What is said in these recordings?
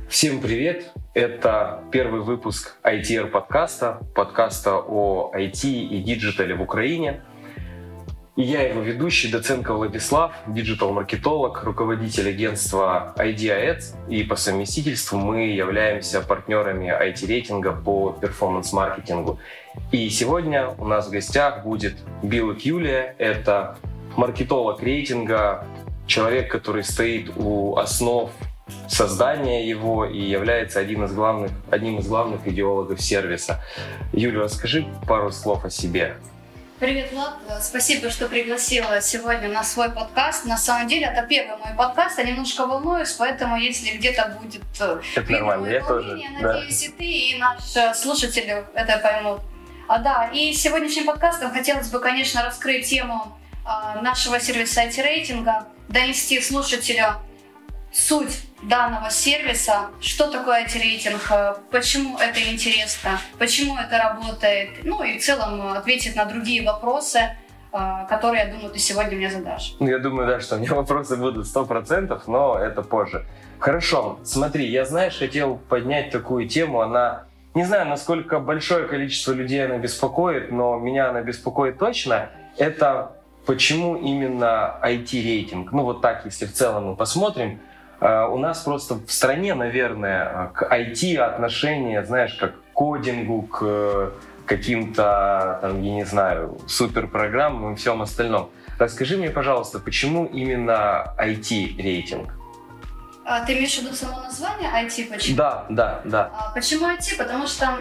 Всем привет! Это первый выпуск ITR подкаста о IT и диджитале в Украине. И я его ведущий, Доценко Владислав, диджитал-маркетолог, руководитель агентства Idea Ads, и по совместительству мы являемся партнерами IT-рейтинга по перформанс-маркетингу. И сегодня у нас в гостях будет Билык Юлия, это маркетолог рейтинга, человек, который стоит у основ создания его и является одним из главных идеологов сервиса. Юля, расскажи пару слов о себе. Привет, Влад. Спасибо, что пригласила сегодня на свой подкаст. На самом деле, это первый мой подкаст. Я немножко волнуюсь, поэтому если где-то будет нормально, я тоже. Надеюсь, и ты, и наши слушатели это поймут. И сегодняшним подкастом хотелось бы, конечно, раскрыть тему нашего сервиса IT-рейтинга, донести слушателю суть данного сервиса, что такое IT-рейтинг, почему это интересно, почему это работает, и в целом ответить на другие вопросы, которые, я думаю, ты сегодня мне задашь. Я думаю, да, что у меня вопросы будут 100%, но это позже. Хорошо, смотри, я, хотел поднять такую тему, она, не знаю, насколько большое количество людей она беспокоит, но меня она беспокоит точно, это почему именно IT-рейтинг. Если в целом мы посмотрим, у нас просто в стране, наверное, к IT отношение, как к кодингу, к каким-то, суперпрограммам и всем остальном. Расскажи мне, пожалуйста, почему именно IT-рейтинг? Ты имеешь в виду само название IT? Почему? Да. Почему IT? Потому что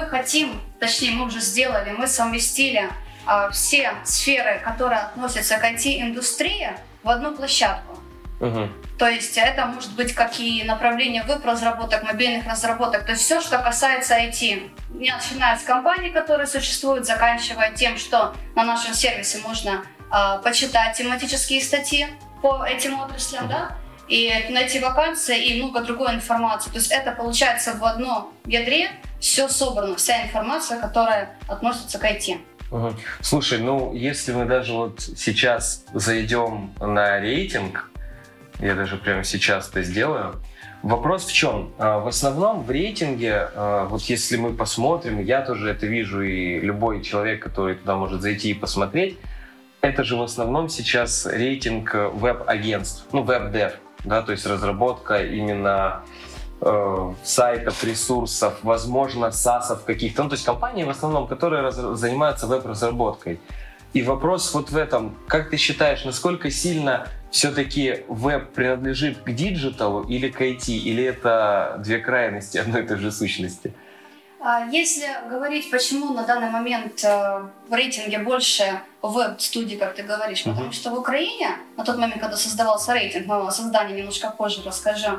мы уже сделали, мы совместили все сферы, которые относятся к IT-индустрии, в одну площадку. Угу. То есть это может быть как и направление веб-разработок, мобильных разработок, то есть все, что касается IT. Начиная с компаний, которые существуют, заканчивая тем, что на нашем сервисе можно почитать тематические статьи по этим отраслям, и найти вакансии и много другой информации. То есть это получается в одном ядре все собрано, вся информация, которая относится к IT. Угу. Слушай, если мы даже сейчас зайдем на рейтинг, я даже прямо сейчас это сделаю. Вопрос в чем? В основном в рейтинге, если мы посмотрим, я тоже это вижу, и любой человек, который туда может зайти и посмотреть, это же в основном сейчас рейтинг веб-агентств, веб-дев, то есть разработка именно сайтов, ресурсов, возможно, САСов каких-то, то есть компании в основном, которые занимаются веб-разработкой. И вопрос в этом, как ты считаешь, насколько сильно все-таки веб принадлежит к диджиталу или к IT, или это две крайности одной и той же сущности? Если говорить, почему на данный момент в рейтинге больше веб-студий, как ты говоришь, потому что в Украине, на тот момент, когда создавался рейтинг, мы о создании немножко позже расскажу,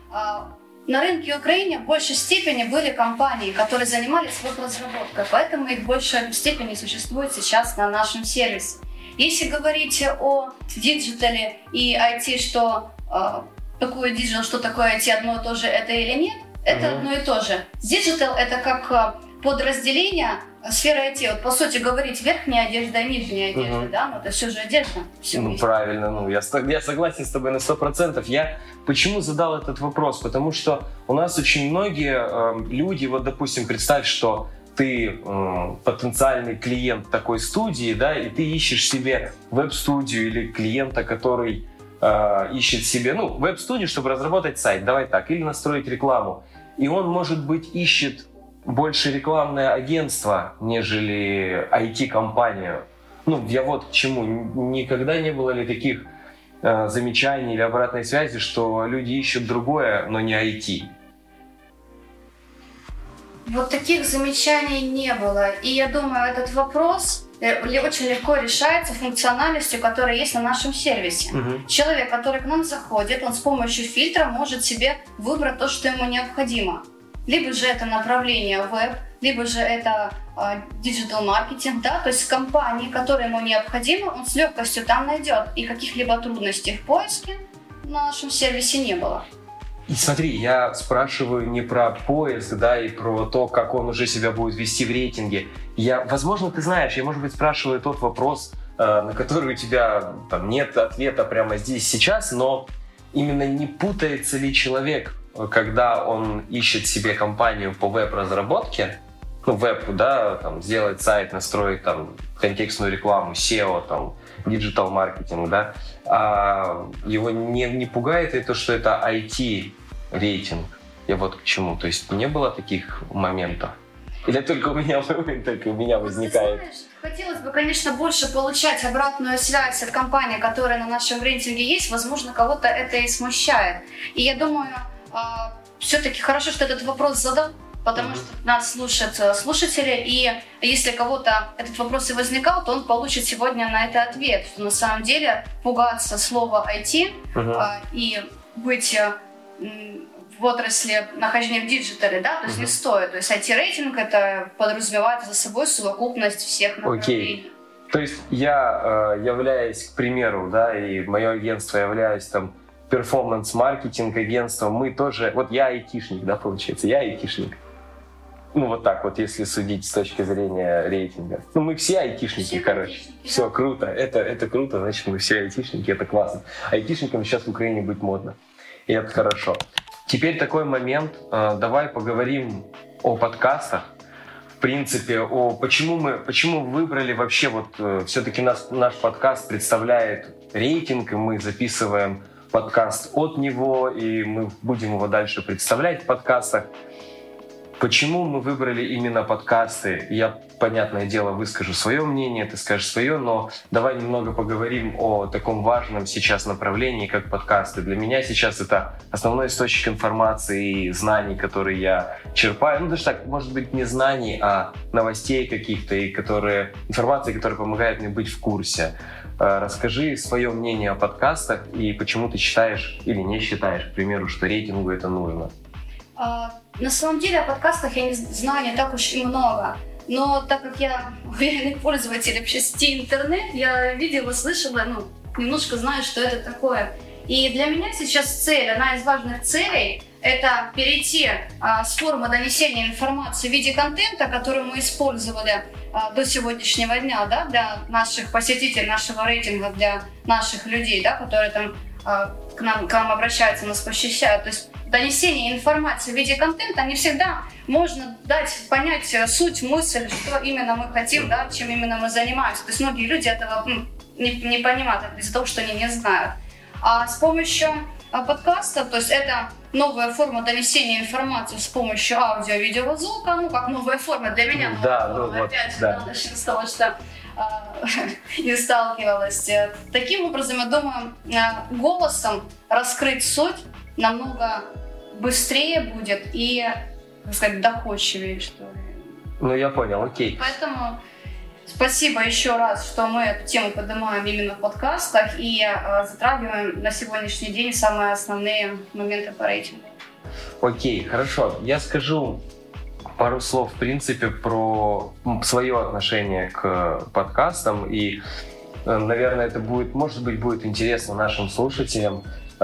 на рынке Украины в большей степени были компании, которые занимались веб-разработкой, поэтому их в большей степени существует сейчас на нашем сервисе. Если говорить о диджитале и IT, что такое диджитал, что такое IT, одно и то же это или нет, это одно и то же. Диджитал — это как подразделение сферы IT. По сути говорить, верхняя одежда и нижняя одежда, это все же одежда. Правильно, я согласен с тобой на 100%. Я почему задал этот вопрос? Потому что у нас очень многие люди, допустим, представь, что ты потенциальный клиент такой студии, и ты ищешь себе веб-студию или клиента, который ищет себе, веб-студию, чтобы разработать сайт, давай так, или настроить рекламу. И он, может быть, ищет больше рекламное агентство, нежели IT-компанию. Я к чему. Никогда не было ли таких замечаний или обратной связи, что люди ищут другое, но не IT? Таких замечаний не было. И я думаю, этот вопрос очень легко решается функциональностью, которая есть на нашем сервисе. Человек, который к нам заходит, он с помощью фильтра может себе выбрать то, что ему необходимо. Либо же это направление веб, либо же это диджитал-маркетинг, то есть компании, которые ему необходимо, он с легкостью там найдет. И каких-либо трудностей в поиске на нашем сервисе не было. И смотри, я спрашиваю не про поиск, и про то, как он уже себя будет вести в рейтинге. Возможно, ты знаешь, я, может быть, спрашиваю тот вопрос, на который у тебя нет ответа прямо здесь, сейчас, но именно не путается ли человек когда он ищет себе компанию по веб-разработке, веб, да, там, сделать сайт, настроить там контекстную рекламу, SEO, там, диджитал-маркетинг, да, его не пугает и то, что это IT-рейтинг. Я вот к чему. То есть не было таких моментов? Или только у меня возникает? Знаешь, хотелось бы, конечно, больше получать обратную связь от компаний, которые на нашем рейтинге есть. Возможно, кого-то это и смущает. И я думаю, все-таки хорошо, что этот вопрос задал, потому что нас слушают слушатели, и если кого-то этот вопрос и возникал, то он получит сегодня на это ответ, что на самом деле пугаться слова IT и быть в отрасли нахождения в диджитале, да, то есть не стоит. То есть IT-рейтинг это подразумевает за собой совокупность всех направлений. То есть я являюсь, к примеру, да, и мое агентство являюсь там перформанс-маркетинг агентством, мы тоже, вот я айтишник, да, получается, я айтишник. Вот так вот, если судить с точки зрения рейтинга. Мы все айтишники, короче. Все, круто. Это круто, значит, мы все айтишники, это классно. Айтишникам сейчас в Украине быть модно. И это хорошо. Теперь такой момент. Давай поговорим о подкастах. В принципе, почему мы выбрали вообще, все-таки наш подкаст представляет рейтинг, и мы записываем подкаст от него, и мы будем его дальше представлять в подкастах. Почему мы выбрали именно подкасты? Я, понятное дело, выскажу свое мнение, ты скажешь свое, но давай немного поговорим о таком важном сейчас направлении, как подкасты. Для меня сейчас это основной источник информации и знаний, которые я черпаю. Даже так, может быть, не знаний, а новостей каких-то, и информации, которая помогает мне быть в курсе. Расскажи свое мнение о подкастах и почему ты считаешь или не считаешь, к примеру, что рейтингу это нужно. На самом деле о подкастах я не знаю не так уж и много, но так как я уверенный пользователь вообще сети интернет, я видела, слышала, немножко знаю, что это такое. И для меня сейчас одна из важных целей – это перейти с формы донесения информации в виде контента, который мы использовали до сегодняшнего дня, да, для наших посетителей, нашего рейтинга, для наших людей, да, которые там к нам обращаются, нас посещают. То есть донесение информации в виде контента не всегда можно дать понять суть, мысль, что именно мы хотим, да, чем именно мы занимаемся. То есть многие люди этого не понимают из-за того, что они не знают. А с помощью подкаста, то есть это новая форма донесения информации с помощью аудио, видео, звука, как новая форма для меня. Опять же, начну с того, что не сталкивалась. Таким образом, я думаю, голосом раскрыть суть намного быстрее будет и, так сказать, доходчивее, что ли. Я понял, окей. Поэтому спасибо еще раз, что мы эту тему поднимаем именно в подкастах и затрагиваем на сегодняшний день самые основные моменты по рейтингу. Окей, хорошо. Я скажу пару слов, в принципе, про свое отношение к подкастам. И, наверное, это может быть интересно нашим слушателям.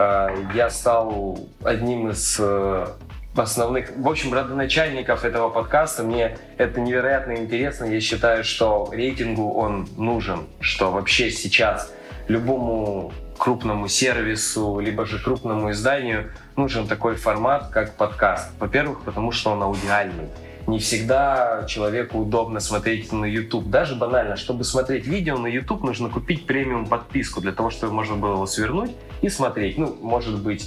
Я стал одним из основных, в общем, родоначальников этого подкаста. Мне это невероятно интересно. Я считаю, что рейтингу он нужен, что вообще сейчас любому крупному сервису, либо же крупному изданию нужен такой формат, как подкаст. Во-первых, потому что он аудиальный. Не всегда человеку удобно смотреть на YouTube. Даже банально, чтобы смотреть видео на YouTube, нужно купить премиум подписку для того, чтобы можно было его свернуть и смотреть. Может быть,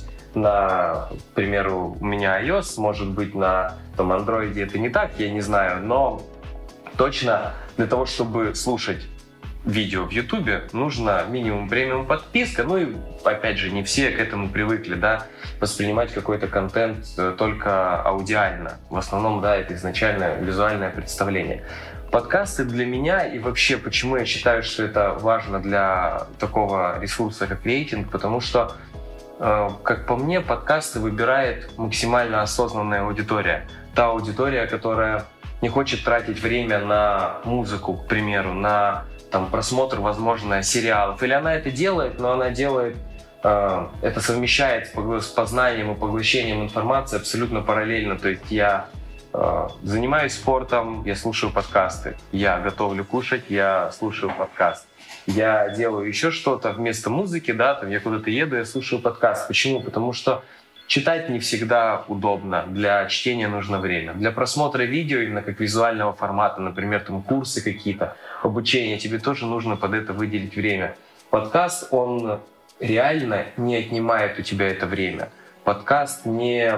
к примеру, у меня iOS, может быть, на Android это не так, я не знаю, но точно для того, чтобы слушать видео в YouTube, нужно минимум премиум подписка. И опять же, не все к этому привыкли, да, воспринимать какой-то контент только аудиально. В основном, да, это изначально визуальное представление. Подкасты для меня и вообще, почему я считаю, что это важно для такого ресурса, как рейтинг, потому что, как по мне, подкасты выбирает максимально осознанная аудитория. Та аудитория, которая не хочет тратить время на музыку, к примеру, на просмотр, возможно, сериалов. Или она это делает, но она делает это совмещает с познанием и поглощением информации абсолютно параллельно. То есть я занимаюсь спортом, я слушаю подкасты. Я готовлю кушать, я слушаю подкаст. Я делаю еще что-то вместо музыки, да, я куда-то еду, я слушаю подкаст. Почему? Потому что Читать не всегда удобно, для чтения нужно время. Для просмотра видео, именно как визуального формата, например, там курсы какие-то, обучение, тебе тоже нужно под это выделить время. Подкаст, он реально не отнимает у тебя это время. Подкаст не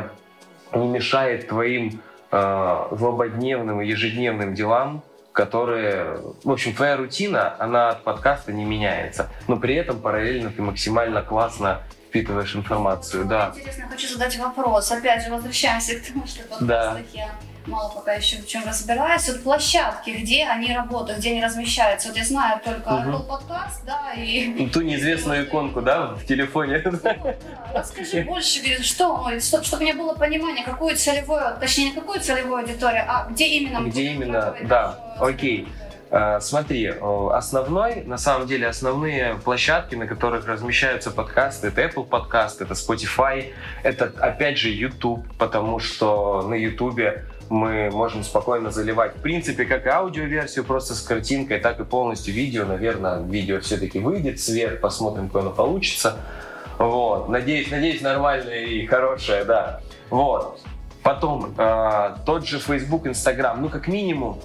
мешает твоим злободневным и ежедневным делам, которые... В общем, твоя рутина, она от подкаста не меняется. Но при этом параллельно ты максимально классно впитываешь информацию. Да. Интересно, хочу задать вопрос. Опять же, возвращаемся к тому, что в подкастах я мало пока еще в чем разбираюсь. Вот площадки, где они работают, где они размещаются. Вот я знаю только Apple Podcast, да, и... Ту неизвестную иконку, да, в телефоне. Расскажи больше, чтобы у меня было понимание, какую целевую, точнее, не какую целевую аудиторию, а где именно... Где именно, да, окей. Смотри, на самом деле основные площадки, на которых размещаются подкасты, это Apple Podcast, это Spotify, это опять же YouTube, потому что на YouTube мы можем спокойно заливать, в принципе, как и аудиоверсию просто с картинкой, так и полностью видео. Наверное, видео все-таки выйдет в свет, посмотрим, как оно получится. Вот. Надеюсь, нормальное и хорошее, да. Вот. Потом тот же Facebook, Instagram, ну как минимум,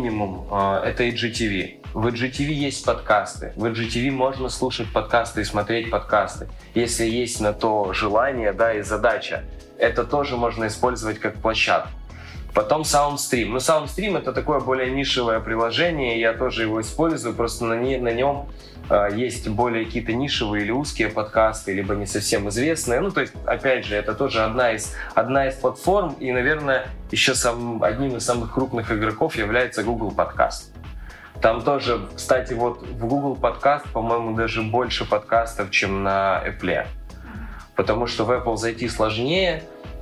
это IGTV. В IGTV есть подкасты. В IGTV можно слушать подкасты и смотреть подкасты. Если есть на то желание, да, и задача, это тоже можно использовать как площадку. Потом SoundStream. Ну, SoundStream — это такое более нишевое приложение, я тоже его использую, просто на нем есть более какие-то нишевые или узкие подкасты, либо не совсем известные. Ну, то есть, опять же, это тоже одна из платформ, и, наверное, еще одним из самых крупных игроков является Google Podcast. Там тоже, кстати, вот в Google Podcast, по-моему, даже больше подкастов, чем на Apple. Потому что в Apple зайти сложнее,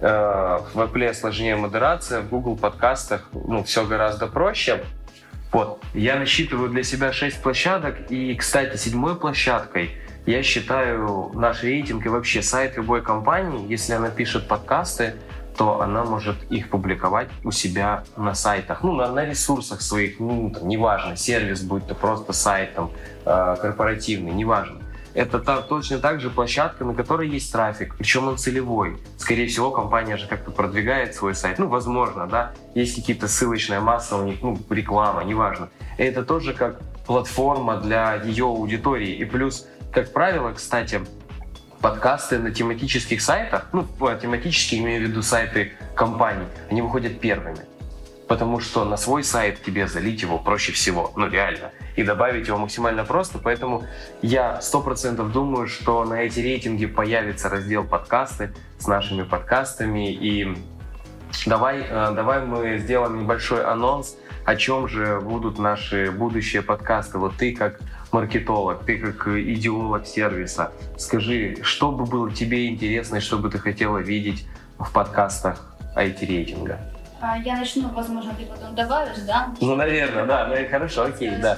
в Apple сложнее модерация, в Google подкастах все гораздо проще. Вот. Я насчитываю для себя 6 площадок, и, кстати, 7-й площадкой я считаю наш рейтинг и вообще сайт любой компании. Если она пишет подкасты, то она может их публиковать у себя на сайтах, на ресурсах своих, неважно, сервис, будь то просто сайт корпоративный, неважно. Это точно так же площадка, на которой есть трафик, причем он целевой. Скорее всего, компания же как-то продвигает свой сайт. Возможно, да, есть какие-то ссылочная масса у них, реклама, неважно. Это тоже как платформа для ее аудитории. И плюс, как правило, кстати, подкасты на тематических сайтах, тематические имею в виду сайты компаний, они выходят первыми. Потому что на свой сайт тебе залить его проще всего, реально, и добавить его максимально просто. Поэтому я 100% думаю, что на эти рейтинги появится раздел подкасты с нашими подкастами. И давай мы сделаем небольшой анонс, о чем же будут наши будущие подкасты. Вот ты как маркетолог, ты как идеолог сервиса, скажи, что бы было тебе интересно и что бы ты хотела видеть в подкастах IT-рейтинга? Я начну, возможно, ты потом добавишь, да? Наверное, да. Хорошо, окей, да.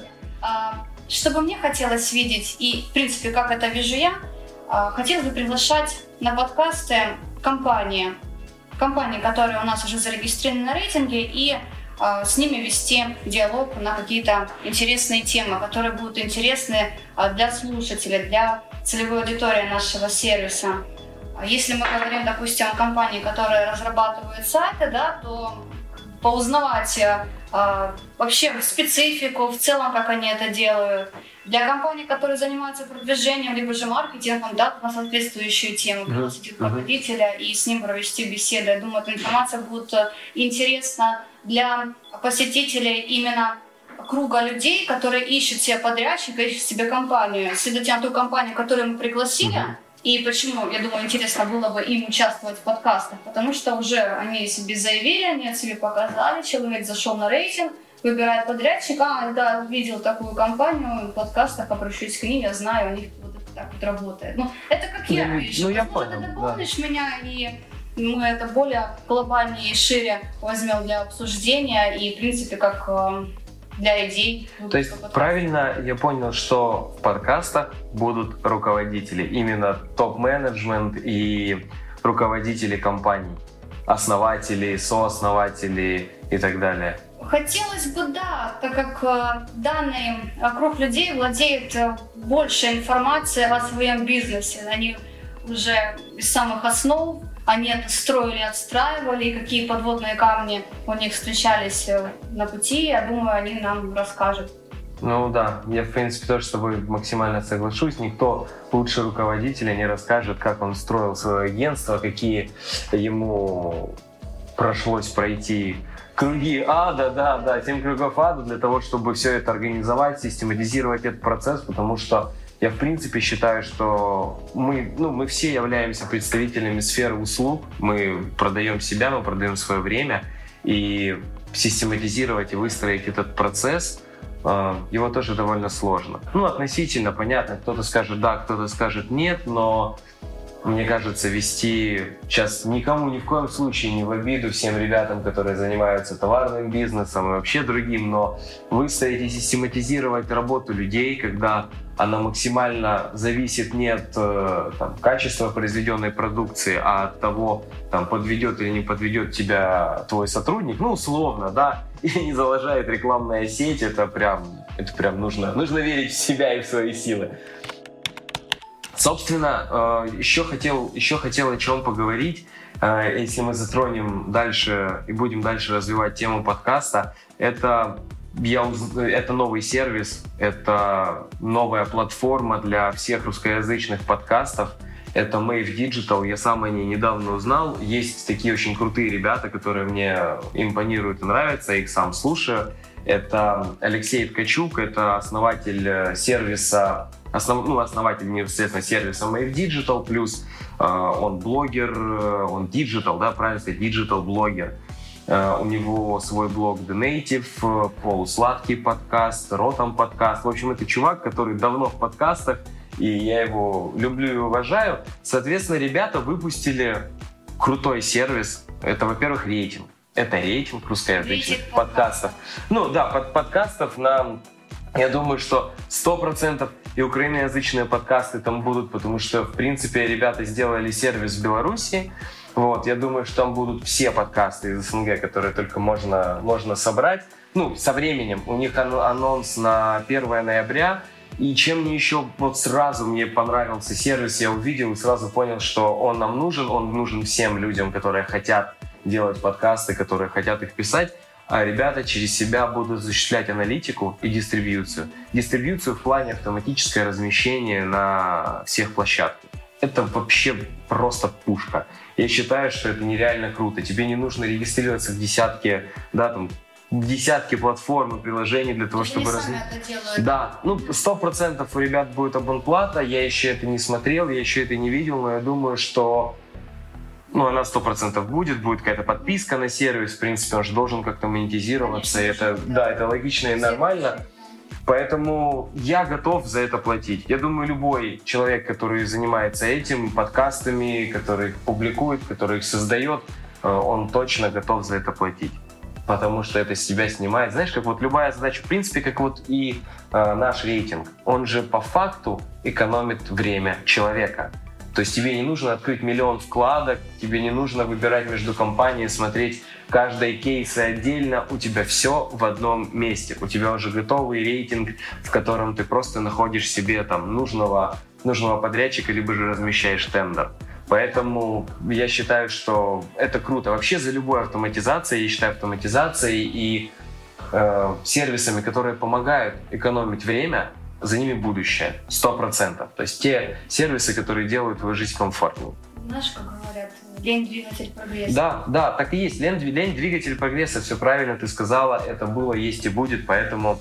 Что бы мне хотелось видеть, и, в принципе, как это вижу я, хотелось бы приглашать на подкасты компании, которые у нас уже зарегистрированы на рейтинге, и с ними вести диалог на какие-то интересные темы, которые будут интересны для слушателей, для целевой аудитории нашего сервиса. Если мы говорим, допустим, о компании, которая разрабатывает сайты, да, то поузнавать вообще специфику, в целом, как они это делают. Для компаний, которые занимаются продвижением, либо же маркетингом, да, на соответствующую тему пригласить руководителя и с ним провести беседу. Я думаю, эта информация будет интересна для посетителей именно круга людей, которые ищут себе подрядчика, ищут себе компанию. Следовательно, ту компанию, которую мы пригласили, и почему, я думаю, интересно было бы им участвовать в подкастах, потому что уже они себе заявили, они себе показали, человек зашел на рейтинг, выбирает подрядчика, да, видел такую компанию в подкастах, обращусь к ним, я знаю, у них вот это так вот работает. Это как я вижу. Я понял, понял, ты дополнишь меня, и мы это более глобальнее и шире возьмем для обсуждения, и, в принципе, как для идей. То есть правильно я понял, что в подкастах будут руководители, именно топ-менеджмент и руководители компаний, основатели, сооснователи и так далее? Хотелось бы, да, так как данный круг людей владеет больше информацией о своем бизнесе. Они уже из самых основ они это строили, отстраивали, и какие подводные камни у них встречались на пути, я думаю, они нам расскажут. Ну да, я в принципе тоже с тобой максимально соглашусь. Никто лучше руководителя не расскажет, как он строил свое агентство, какие ему пришлось пройти круги ада, да, 7 кругов ада для того, чтобы все это организовать, систематизировать этот процесс, потому что я в принципе считаю, что мы все являемся представителями сферы услуг, мы продаем себя, мы продаем свое время, и систематизировать и выстроить этот процесс его тоже довольно сложно. Относительно, понятно, кто-то скажет да, кто-то скажет нет, но мне кажется, вести сейчас никому ни в коем случае не в обиду всем ребятам, которые занимаются товарным бизнесом и вообще другим, но выстроить и систематизировать работу людей, когда она максимально зависит не от качества произведенной продукции, а от того, подведет или не подведет тебя твой сотрудник, условно, да, и не залажает рекламная сеть, это прям нужно верить в себя и в свои силы. Собственно, еще хотел о чем поговорить, если мы затронем дальше и будем дальше развивать тему подкаста, это новый сервис, это новая платформа для всех русскоязычных подкастов. Это Mave Digital, я сам о ней недавно узнал. Есть такие очень крутые ребята, которые мне импонируют и нравятся, я их сам слушаю. Это Алексей Ткачук, это основатель сервиса, основатель непосредственно сервиса Mave Digital, плюс он блогер, он диджитал, да, правильно сказать, диджитал-блогер. У него свой блог The Native, полусладкий подкаст, Ротом подкаст. В общем, это чувак, который давно в подкастах, и я его люблю и уважаю. Соответственно, ребята выпустили крутой сервис. Это, во-первых, рейтинг. Это рейтинг русскоязычных подкастов. Подкастов я думаю, что 100% и украиноязычные подкасты там будут, потому что, в принципе, ребята сделали сервис в Беларуси. Я думаю, что там будут все подкасты из СНГ, которые только можно собрать. Со временем. У них анонс на 1 ноября. И чем мне еще сразу мне понравился сервис, я увидел и сразу понял, что он нам нужен. Он нужен всем людям, которые хотят делать подкасты, которые хотят их писать. А ребята через себя будут осуществлять аналитику и дистрибьюцию. Дистрибьюцию в плане автоматическое размещение на всех площадках. Это вообще просто пушка. Я считаю, что это нереально круто. Тебе не нужно регистрироваться в десятки платформ и приложений для того, чтобы... Да, 100% у ребят будет абонплата. Я еще это не смотрел, я еще это не видел, но я думаю, что она 100% будет какая-то подписка на сервис. В принципе, он же должен как-то монетизироваться. Это логично и нормально. Поэтому я готов за это платить. Я думаю, любой человек, который занимается этим, подкастами, который их публикует, который их создает, он точно готов за это платить. Потому что это с себя снимает. Знаешь, как любая задача, в принципе, как и наш рейтинг, он же по факту экономит время человека. То есть тебе не нужно открыть миллион вкладок, тебе не нужно выбирать между компаниями, смотреть каждый кейс отдельно. У тебя все в одном месте. У тебя уже готовый рейтинг, в котором ты просто находишь себе нужного подрядчика, либо же размещаешь тендер. Поэтому я считаю, что это круто. Вообще за любой автоматизацией, я считаю, автоматизацией и сервисами, которые помогают экономить время, за ними будущее, 100%. То есть те сервисы, которые делают твою жизнь комфортнее. Знаешь, как говорят, лень двигатель прогресса. Да, так и есть. Лень двигатель прогресса, все правильно ты сказала, это было, есть и будет, поэтому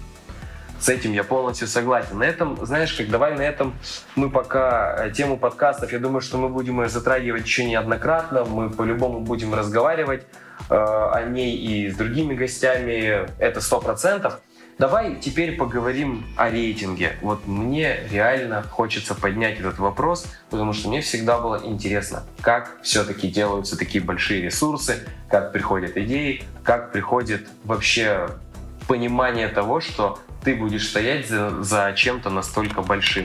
с этим я полностью согласен. На этом, давай на этом мы пока тему подкастов, я думаю, что мы будем ее затрагивать еще неоднократно, мы по-любому будем разговаривать о ней и с другими гостями, это 100%. Давай теперь поговорим о рейтинге. Мне реально хочется поднять этот вопрос, потому что мне всегда было интересно, как все-таки делаются такие большие ресурсы, как приходят идеи, как приходит вообще понимание того, что ты будешь стоять за чем-то настолько большим.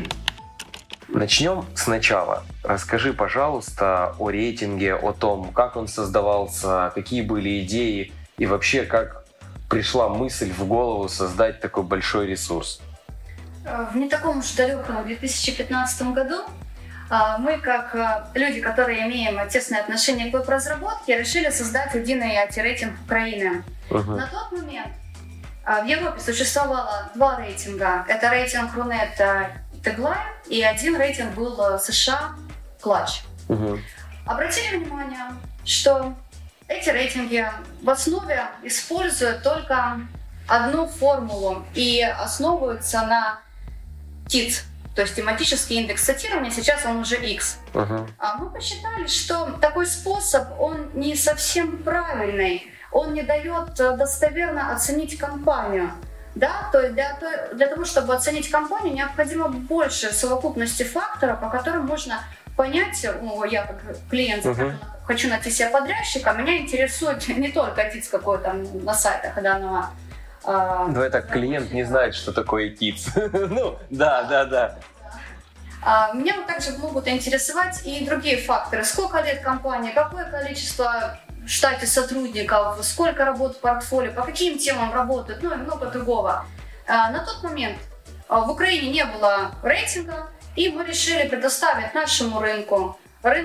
Начнем сначала. Расскажи, пожалуйста, о рейтинге, о том, как он создавался, какие были идеи и вообще как пришла мысль в голову создать такой большой ресурс? В не таком уж далеком 2015 году Мы, как люди, которые имеем тесное отношение к веб-разработке, решили создать единый IT-рейтинг Украины. На тот момент в Европе существовало 2 рейтинга. Это рейтинг Рунет Tagline и один рейтинг был США Clutch. Обратили внимание, что эти рейтинги в основе используют только одну формулу и основываются на TIT, то есть тематический индекс цитирования, сейчас он уже X. Мы посчитали, что такой способ, он не совсем правильный, он не дает достоверно оценить компанию. Да? То есть для того, чтобы оценить компанию, необходимо больше совокупности факторов, по которым можно понять, я как клиент хочу найти себе подрядчика, меня интересует не только TITS какой-то на сайтах данного. Ну, это клиент не знает, что такое TITS. Ну, да. Меня также могут интересовать и другие факторы. Сколько лет компания, какое количество в штате сотрудников, сколько работ в портфолио, по каким темам работают, ну и много другого. На тот момент в Украине не было рейтинга, и мы решили предоставить нашему рынку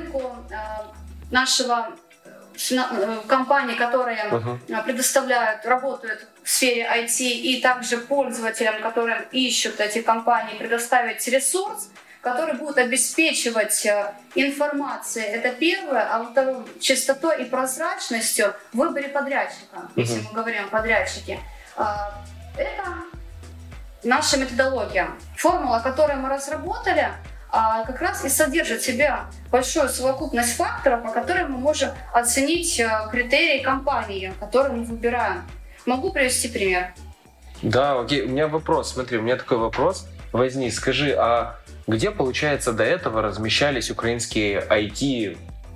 нашего компаний, которые предоставляют, работают в сфере IT, и также пользователям, которые ищут эти компании, предоставить ресурс, который будет обеспечивать информацией. Это первое, а во-вторых, чистотой и прозрачностью в выборе подрядчика, если мы говорим о подрядчике. Это наша методология. Формула, которую мы разработали, как раз и содержит в себе большую совокупность факторов, по которым мы можем оценить критерии компании, которую мы выбираем. Могу привести пример. Да, окей. У меня вопрос. Смотри, у меня такой вопрос возник. Скажи, а где, получается, до этого размещались украинские IT,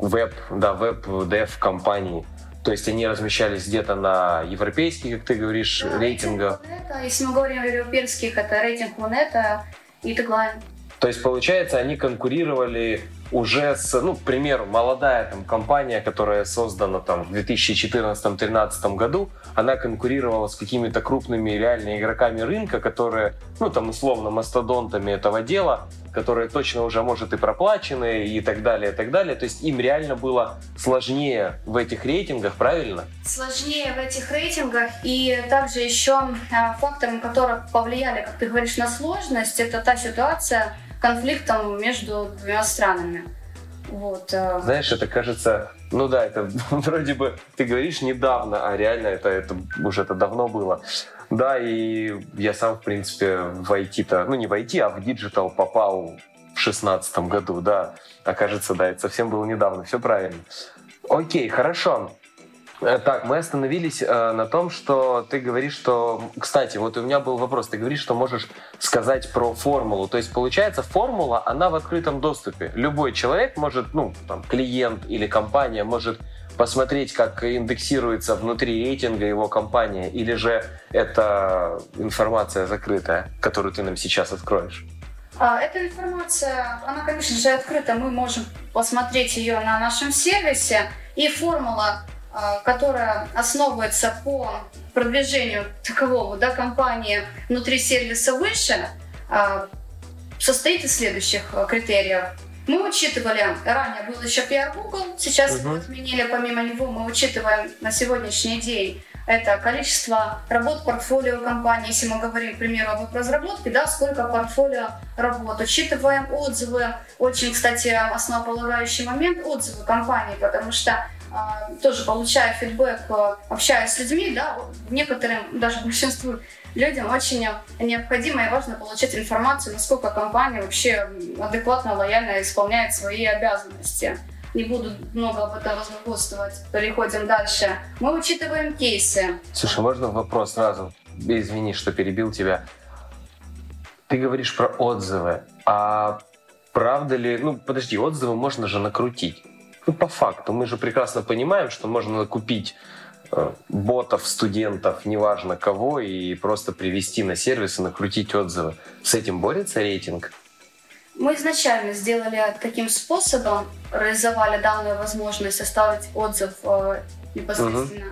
веб-дев компании? То есть они размещались где-то на европейских, как ты говоришь, рейтингах? Если мы говорим о европейских, это рейтинг Монета и Tagline. То есть, получается, они конкурировали уже с, к примеру, молодая компания, которая создана в 2014-2013 году, она конкурировала с какими-то крупными реальными игроками рынка, которые, условно, мастодонтами этого дела, которые точно уже, может, и проплачены, и так далее, и так далее. То есть им реально было сложнее в этих рейтингах, правильно? Сложнее в этих рейтингах, и также еще фактором, которые повлияли, как ты говоришь, на сложность, это та ситуация конфликтом между двумя странами. Вот. Знаешь, это кажется, это вроде бы ты говоришь недавно, а реально это уже давно было. Да, и я сам, в принципе, в IT-то, не в IT, а в диджитал попал в 2016 году, да. Окажется, да, это совсем было недавно, все правильно. Окей, хорошо. Так, мы остановились на том, что ты говоришь, что... Кстати, вот у меня был вопрос. Ты говоришь, что можешь сказать про формулу. То есть, получается, формула, она в открытом доступе. Любой человек может, клиент или компания может посмотреть, как индексируется внутри рейтинга его компания, или же это информация закрытая, которую ты нам сейчас откроешь? Эта информация, она, конечно же, открыта. Мы можем посмотреть ее на нашем сервисе. И формула, которая основывается по продвижению такового компании внутри сервиса выше, состоит из следующих критериев. Мы учитывали, ранее был еще PR Google, сейчас его отменили, помимо него мы учитываем на сегодняшний день это количество работ портфолио компании, если мы говорим, к примеру, об разработке, сколько портфолио работ. Учитываем отзывы, очень, кстати, основополагающий момент, отзывы компании, потому что тоже получая фидбэк, общаясь с людьми, некоторым, даже большинству людям очень необходимо и важно получать информацию, насколько компания вообще адекватно, лояльно исполняет свои обязанности. Не буду много об этом разглагольствовать, переходим дальше. Мы учитываем кейсы. Слушай, можно вопрос сразу? Извини, что перебил тебя. Ты говоришь про отзывы, а правда ли... отзывы можно же накрутить. По факту, мы же прекрасно понимаем, что можно купить ботов, студентов, неважно кого, и просто привести на сервис и накрутить отзывы. С этим борется рейтинг? Мы изначально сделали таким способом, реализовали данную возможность оставить отзыв непосредственно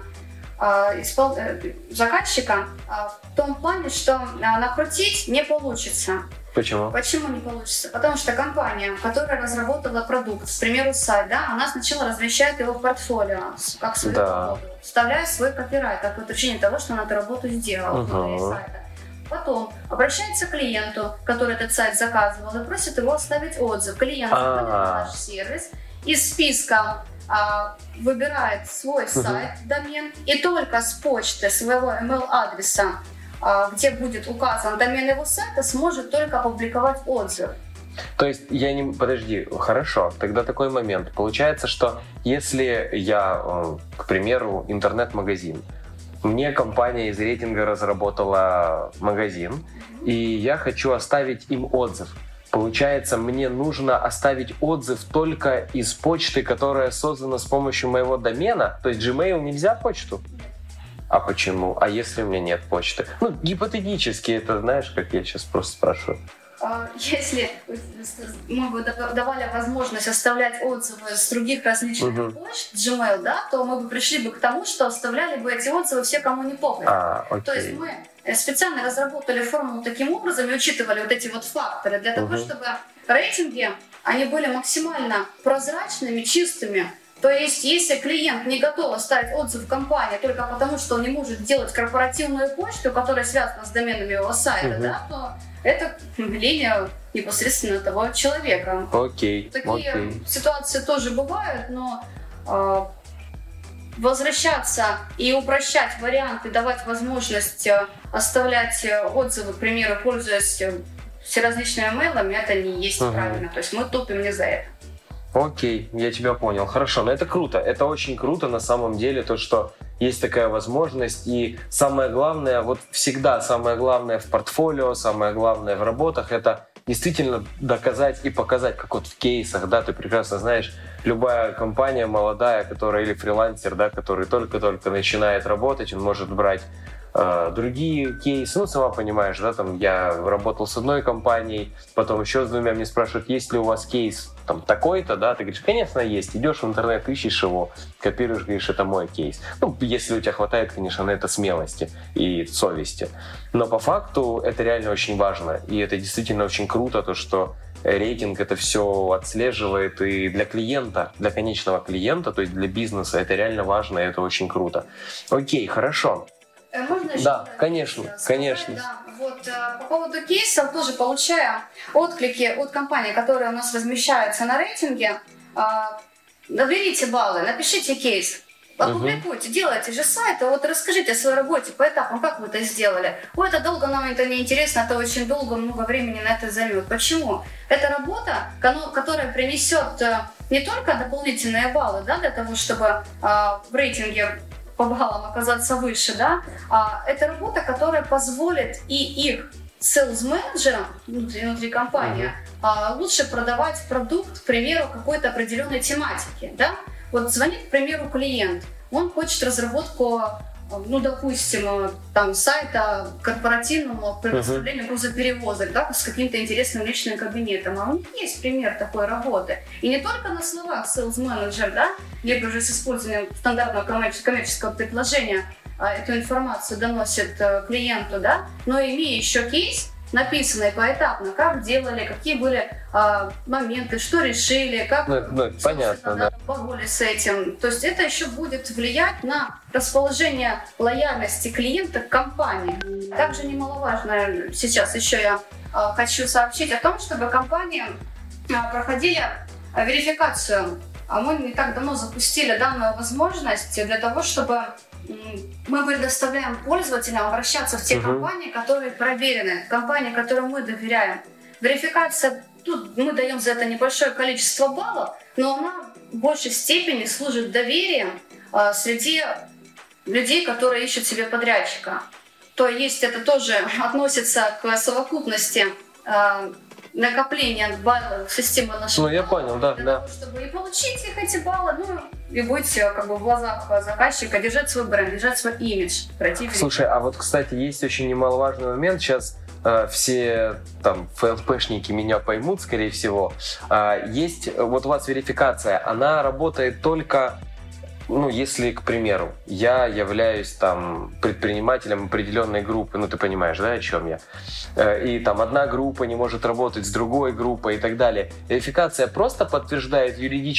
заказчика в том плане, что накрутить не получится. Почему? Почему не получится? Потому что компания, которая разработала продукт, к примеру, сайт, да, она сначала размещает его в портфолио, как свою работу, вставляя свой копирайт, как подтверждение того, что она эту работу сделала внутри сайта. Потом обращается к клиенту, который этот сайт заказывал, и просит его оставить отзыв. Клиент заходит на наш сервис, из списка выбирает свой сайт, домен, и только с почты своего email-адреса, где будет указан домен его сайта, сможет только опубликовать отзыв. То есть Подожди, хорошо, тогда такой момент. Получается, что если я, к примеру, интернет-магазин, мне компания из рейтинга разработала магазин, и я хочу оставить им отзыв. Получается, мне нужно оставить отзыв только из почты, которая создана с помощью моего домена? То есть Gmail нельзя почту? А почему? А если у меня нет почты? Гипотетически, это знаешь, как я сейчас просто спрашиваю. Если мы бы давали возможность оставлять отзывы с других различных почт, Gmail, да, то мы бы пришли бы к тому, что оставляли бы эти отзывы все, кому не похоть. То есть мы специально разработали формулу таким образом и учитывали вот эти вот факторы для того, чтобы рейтинги, они были максимально прозрачными, чистыми. То есть, если клиент не готов оставить отзыв в компании только потому, что он не может делать корпоративную почту, которая связана с доменами его сайта, да, то это линия непосредственно того человека. Такие ситуации тоже бывают, но возвращаться и упрощать варианты, давать возможность оставлять отзывы, к примеру, пользуясь всеразличными имейлами, это не есть правильно. То есть мы топим не за это. Окей, я тебя понял. Хорошо, но это круто. Это очень круто на самом деле, то, что есть такая возможность. И самое главное, вот всегда самое главное в портфолио, самое главное в работах, это действительно доказать и показать, как вот в кейсах, да, ты прекрасно знаешь, любая компания молодая, которая или фрилансер, да, который только-только начинает работать, он может брать другие кейсы, сама понимаешь, да, там я работал с одной компанией, потом еще с двумя, мне спрашивают, есть ли у вас кейс там такой-то, да, ты говоришь, конечно, есть, идешь в интернет, ищешь его, копируешь, говоришь, это мой кейс. Если у тебя хватает, конечно, на это смелости и совести. Но по факту это реально очень важно, и это действительно очень круто, то, что рейтинг это все отслеживает, и для клиента, для конечного клиента, то есть для бизнеса это реально важно, и это очень круто. Окей, хорошо. Можно еще? Да, конечно, конечно. Да. Вот по поводу кейсов тоже получая отклики от компаний, которые у нас размещаются на рейтинге. Наберите баллы, напишите кейс, опубликуйте, делайте же сайт, вот расскажите о своей работе по этапам, как вы это сделали. Это долго, нам это не интересно, это очень долго, много времени на это займет. Почему? Это работа, которая принесет не только дополнительные баллы, да, для того, чтобы в рейтинге по баллам оказаться выше, да, это работа, которая позволит и их селс-менеджерам внутри компании лучше продавать продукт, к примеру, какой-то определенной тематики, да. Вот звонит, к примеру, клиент, он хочет разработку, допустим, там, сайта корпоративного предоставления грузоперевозок, да, с каким-то интересным личным кабинетом. А у них есть пример такой работы. И не только на словах селс-менеджер, да, либо же с использованием стандартного коммерческого предложения эту информацию доносит клиенту, да, но имея еще кейс, написанный поэтапно, как делали, какие были моменты, что решили, как понятно, боролись с этим. То есть это еще будет влиять на расположение лояльности клиента к компании. Также немаловажно сейчас еще я хочу сообщить о том, чтобы компании проходили верификацию. Мы не так давно запустили данную возможность для того, чтобы мы предоставляем пользователям обращаться в те компании, которые проверены, компании, которым мы доверяем. Верификация, тут мы даем за это небольшое количество баллов, но она в большей степени служит доверием среди людей, которые ищут себе подрядчика. То есть это тоже относится к совокупности накопления баллов в систему нашего. Я понял, да. Того, чтобы и получить их эти баллы, и быть в глазах заказчика, держать свой бренд, держать свой имидж. Слушай, а вот, кстати, есть очень немаловажный момент. Сейчас все там ФЛПшники меня поймут, скорее всего. Есть вот у вас верификация, она работает только ну, если, к примеру, я являюсь там предпринимателем определенной группы, ну, ты понимаешь, да, о чем я, и там одна группа не может работать с другой группой и так далее. Верификация просто подтверждает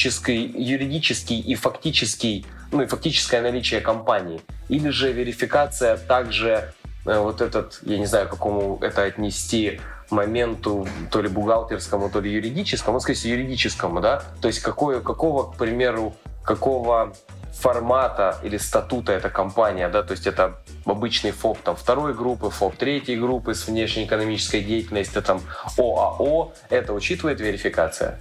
юридический и фактический, ну, и фактическое наличие компании. Или же верификация также вот этот, я не знаю, к какому это отнести моменту, то ли бухгалтерскому, то ли юридическому, скорее юридическому, да, то есть какого, к примеру, какого формата или статута эта компания, да, то есть это обычный ФОП там второй группы, ФОП третьей группы с внешнеэкономической деятельностью, там ОАО, это учитывает верификация?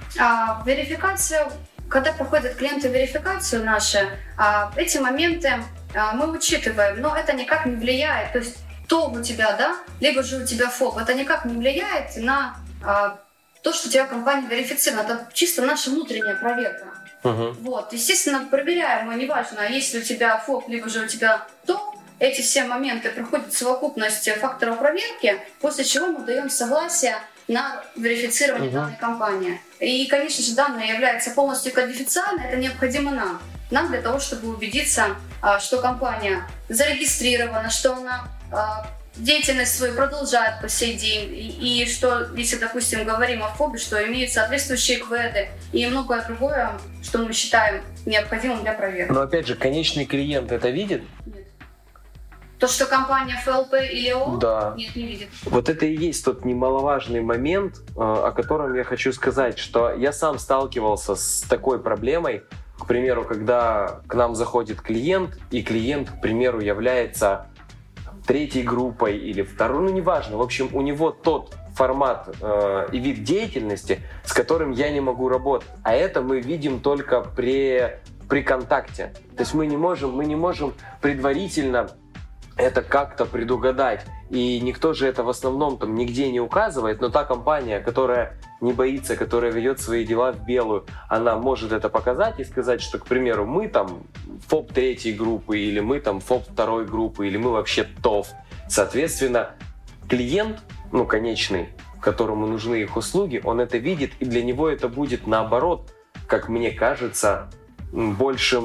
Верификация, когда проходят клиенты верификацию наши, эти моменты мы учитываем, но это никак не влияет, то есть то у тебя, да, либо же у тебя ФОП, это никак не влияет на то, что у тебя компания верифицирована, это чисто наша внутренняя проверка. Вот, естественно, проверяем мы, неважно, есть ли у тебя ФОП, либо же у тебя ТОП, эти все моменты проходят совокупность факторов проверки, после чего мы даем согласие на верифицирование данной компании. И, конечно же, данные являются полностью кодифициальной, это необходимо нам. Нам для того, чтобы убедиться, что компания зарегистрирована, что она деятельность свою продолжает по сей день, и что, если, допустим, говорим о ФОБе, что имеют соответствующие КВЭДы и многое другое, что мы считаем необходимым для проверки. Но опять же, конечный клиент это видит? Нет. То, что компания ФЛП или ООО? Да. Нет, не видит. Вот это и есть тот немаловажный момент, о котором я хочу сказать, что я сам сталкивался с такой проблемой, к примеру, когда к нам заходит клиент, и клиент, к примеру, является третьей группой или второй, ну неважно, в общем, у него тот формат и вид деятельности, с которым я не могу работать. А это мы видим только при контакте. То есть мы не можем предварительно это как-то предугадать. И никто же это в основном там нигде не указывает, но та компания, которая не боится, которая ведет свои дела в белую, она может это показать и сказать, что, к примеру, мы там ФОП третьей группы, или мы там ФОП второй группы, или мы вообще ТОВ. Соответственно, клиент, ну, конечный, которому нужны их услуги, он это видит, и для него это будет наоборот, как мне кажется, больше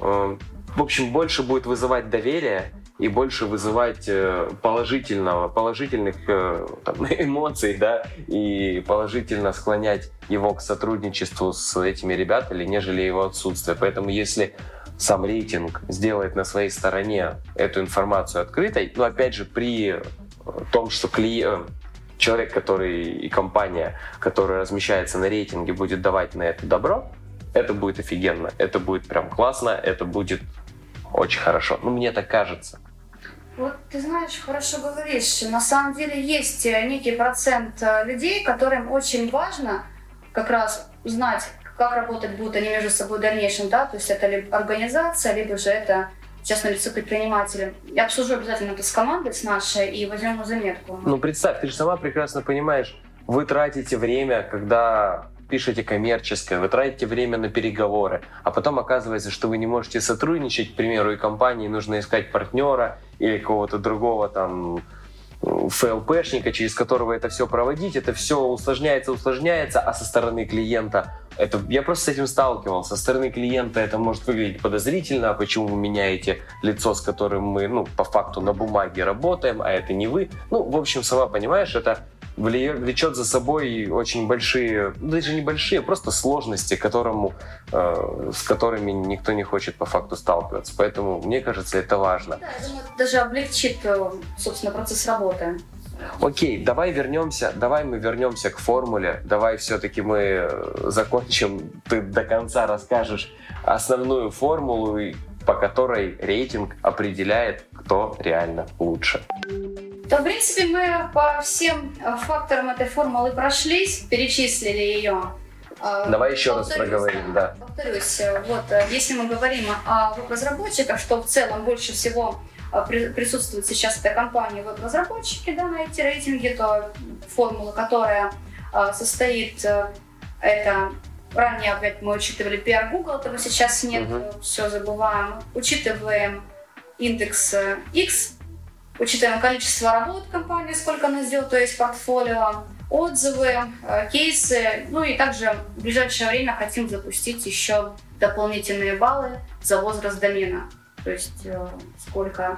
будет вызывать доверие и больше вызывать положительных там, эмоций, да, и положительно склонять его к сотрудничеству с этими ребятами, нежели его отсутствие. Поэтому если сам рейтинг сделает на своей стороне эту информацию открытой, но опять же при том, что человек, который и компания, которая размещается на рейтинге, будет давать на это добро, это будет офигенно, это будет прям классно, это будет очень хорошо. Ну, мне так кажется. Вот ты знаешь, хорошо говоришь. На самом деле есть некий процент людей, которым очень важно как раз знать, как работать будут они между собой в дальнейшем, да, то есть это либо организация, либо же это частное лицо предпринимателя. Я обсужу обязательно это с командой, с нашей, и возьмем на заметку. Ну, представь, ты же сама прекрасно понимаешь, вы тратите время, когда пишете коммерческое, вы тратите время на переговоры, а потом оказывается, что вы не можете сотрудничать, к примеру, и компании нужно искать партнера или какого-то другого там ФЛПшника, через которого это все проводить, это все усложняется, а со стороны клиента я просто с этим сталкивался. Со стороны клиента это может выглядеть подозрительно, а почему вы меняете лицо, с которым мы, по факту на бумаге работаем, а это не вы. В общем, сама понимаешь, это влечет за собой очень большие, даже небольшие, просто сложности, с которыми никто не хочет по факту сталкиваться. Поэтому, мне кажется, это важно. Да, я думаю, это даже облегчит, собственно, процесс работы. Окей, давай мы вернемся к формуле. Давай все-таки мы закончим, ты до конца расскажешь основную формулу, по которой рейтинг определяет, кто реально лучше. То, в принципе, мы по всем факторам этой формулы прошлись, перечислили ее. Давай еще раз проговорим, да. Повторюсь, если мы говорим о веб-разработчиках, что в целом больше всего присутствует сейчас эта компания веб-разработчики, да, на эти рейтинги, то формула, которая состоит, это ранее опять мы учитывали PR Google, этого сейчас нет, все забываем, учитываем индекс X, учитываем количество работ компании, сколько она сделала, то есть портфолио, отзывы, кейсы. Ну и также в ближайшее время хотим запустить еще дополнительные баллы за возраст домена. То есть сколько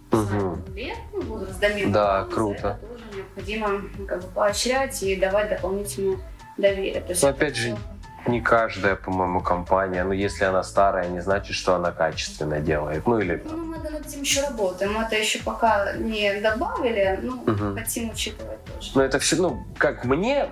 лет, возраст домена. Да, круто. Это тоже необходимо поощрять и давать дополнительное доверие. То есть, но опять же, не каждая, по-моему, компания, но если она старая, не значит, что она качественно делает. Ну или... Ну, мы над этим еще работаем. Мы это еще пока не добавили, но хотим учитывать тоже. Ну это все, как мне,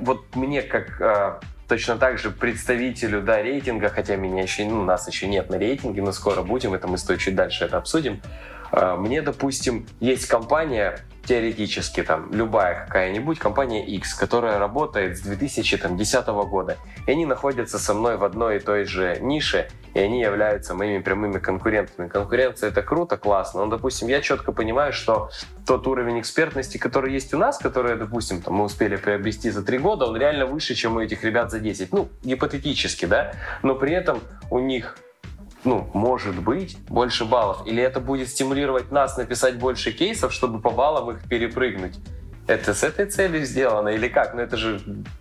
как точно так же представителю, да, рейтинга, хотя меня еще, нас еще нет на рейтинге, но скоро будем, это мы с тобой чуть дальше это обсудим. Мне, допустим, есть компания, теоретически, там, любая какая-нибудь, компания X, которая работает с 2010 года. И они находятся со мной в одной и той же нише, и они являются моими прямыми конкурентами. Конкуренция — это круто, классно. Но, допустим, я четко понимаю, что тот уровень экспертности, который есть у нас, который, допустим, мы успели приобрести за 3 года, он реально выше, чем у этих ребят за 10. Гипотетически, да? Но при этом у них может быть, больше баллов. Или это будет стимулировать нас написать больше кейсов, чтобы по баллам их перепрыгнуть. Это с этой целью сделано или как? Это же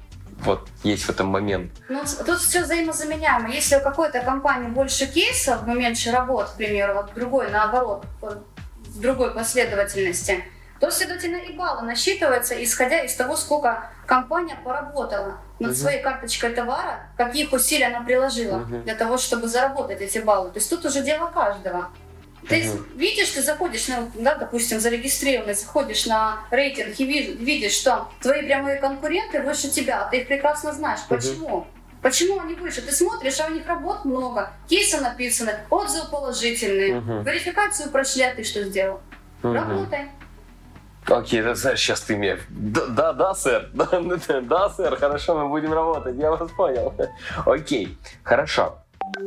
есть в этом момент. Тут все взаимозаменяемо. Если у какой-то компании больше кейсов, но меньше работ, к примеру, другой наоборот, в другой последовательности, то, следовательно, и баллы насчитываются, исходя из того, сколько компания поработала над своей карточкой товара, каких усилий она приложила для того, чтобы заработать эти баллы. То есть тут уже дело каждого. Ты видишь, ты заходишь, допустим, зарегистрированный, заходишь на рейтинг и видишь, что твои прямые конкуренты выше тебя, ты их прекрасно знаешь. Почему? Почему они выше? Ты смотришь, а у них работ много, кейсы написаны, отзывы положительные, верификацию прошли, а ты что сделал? Работай. Окей, знаешь, сейчас ты мне... Да, сэр. Да, сэр, хорошо, мы будем работать, я вас понял. Окей, хорошо.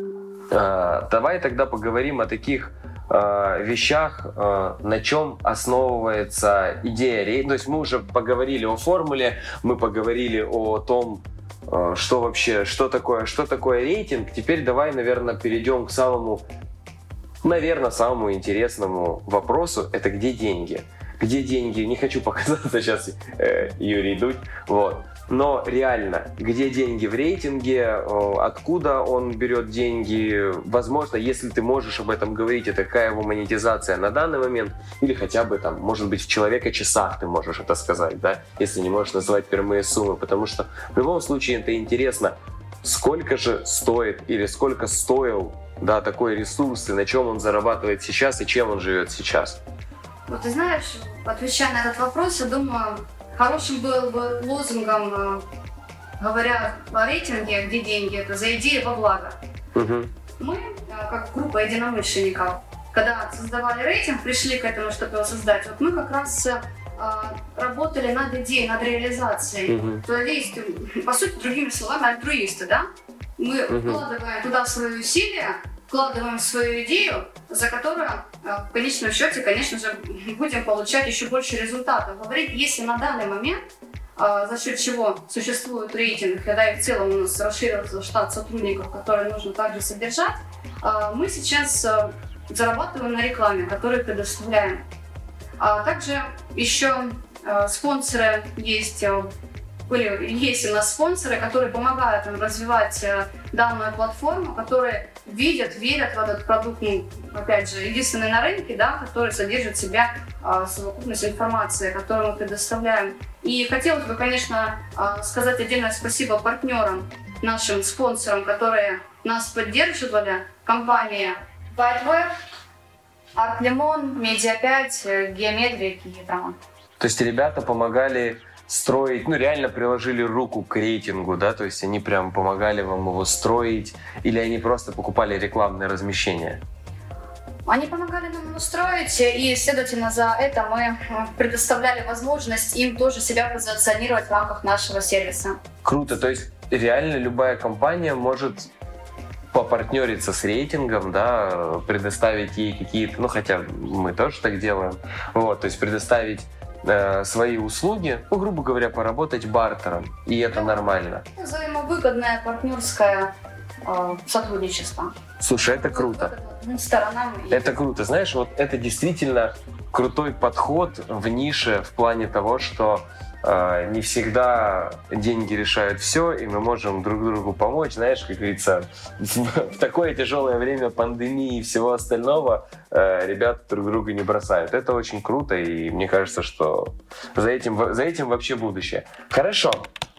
Давай тогда поговорим о таких вещах, на чем основывается идея рейтинга. То есть мы уже поговорили о формуле, мы поговорили о том, что такое рейтинг. Теперь давай, наверное, перейдем к самому интересному вопросу. Это где деньги? Где деньги? Не хочу показаться сейчас Юрий Дудь. Но реально, где деньги в рейтинге, откуда он берет деньги, возможно, если ты можешь об этом говорить, это какая его монетизация на данный момент, или хотя бы может быть в человека-часах ты можешь это сказать, да, если не можешь назвать прямые суммы, потому что в любом случае это интересно, сколько же стоит или сколько стоил, да, такой ресурс, и на чем он зарабатывает сейчас и чем он живет сейчас. Ты знаешь, отвечая на этот вопрос, я думаю, хорошим был бы лозунгом, говоря о рейтинге, где деньги, это «за идею во благо». Мы, как группа единомышленников, когда создавали рейтинг, пришли к этому, чтобы его создать, мы как раз работали над идеей, над реализацией. То есть, по сути, другими словами, альтруисты, да? Мы вкладываем туда свои усилия, вкладываем свою идею, за которую в конечном счете, конечно же, будем получать еще больше результатов. Говорить, если на данный момент, за счет чего существует рейтинг, когда и в целом у нас расширился штат сотрудников, которые нужно также содержать, мы сейчас зарабатываем на рекламе, которую предоставляем. Также еще спонсоры есть у нас спонсоры, которые помогают нам развивать данную платформу, которые верят в этот продукт, опять же, единственный на рынке, да, который содержит в себя совокупность информации, которую мы предоставляем. И хотелось бы, конечно, сказать отдельное спасибо партнерам, нашим спонсорам, которые нас поддерживали, компания WhiteWeb, ArtLemon, Media5, Geometry и Kietramon. То есть ребята помогали строить, реально приложили руку к рейтингу, да, то есть они прям помогали вам его строить, или они просто покупали рекламное размещение? Они помогали нам его строить, и, следовательно, за это мы предоставляли возможность им тоже себя позиционировать в рамках нашего сервиса. Круто, то есть реально любая компания может попартнериться с рейтингом, да, предоставить ей какие-то, хотя мы тоже так делаем, то есть предоставить свои услуги, грубо говоря, поработать бартером, и это нормально. Взаимовыгодное партнерское сотрудничество. Слушай, это круто. Сторонам. Это круто. Знаешь, это действительно крутой подход в нише в плане того, что не всегда деньги решают все, и мы можем друг другу помочь. Знаешь, как говорится, в такое тяжелое время пандемии и всего остального ребята друг друга не бросают. Это очень круто, и мне кажется, что за этим вообще будущее. Хорошо.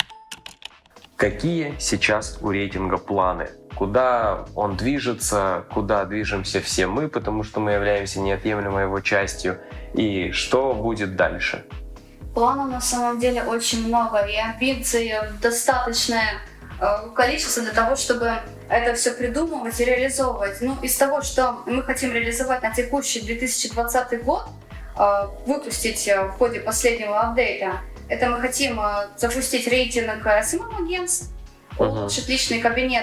Какие сейчас у рейтинга планы? Куда он движется, куда движемся все мы, потому что мы являемся неотъемлемой его частью, и что будет дальше? Планов на самом деле очень много, и амбиций достаточное количество для того, чтобы это все придумывать и реализовывать. Ну, из того, что мы хотим реализовать на текущий 2020 год, выпустить в ходе последнего апдейта, это мы хотим запустить рейтинг SMM-агентств, улучшить личный кабинет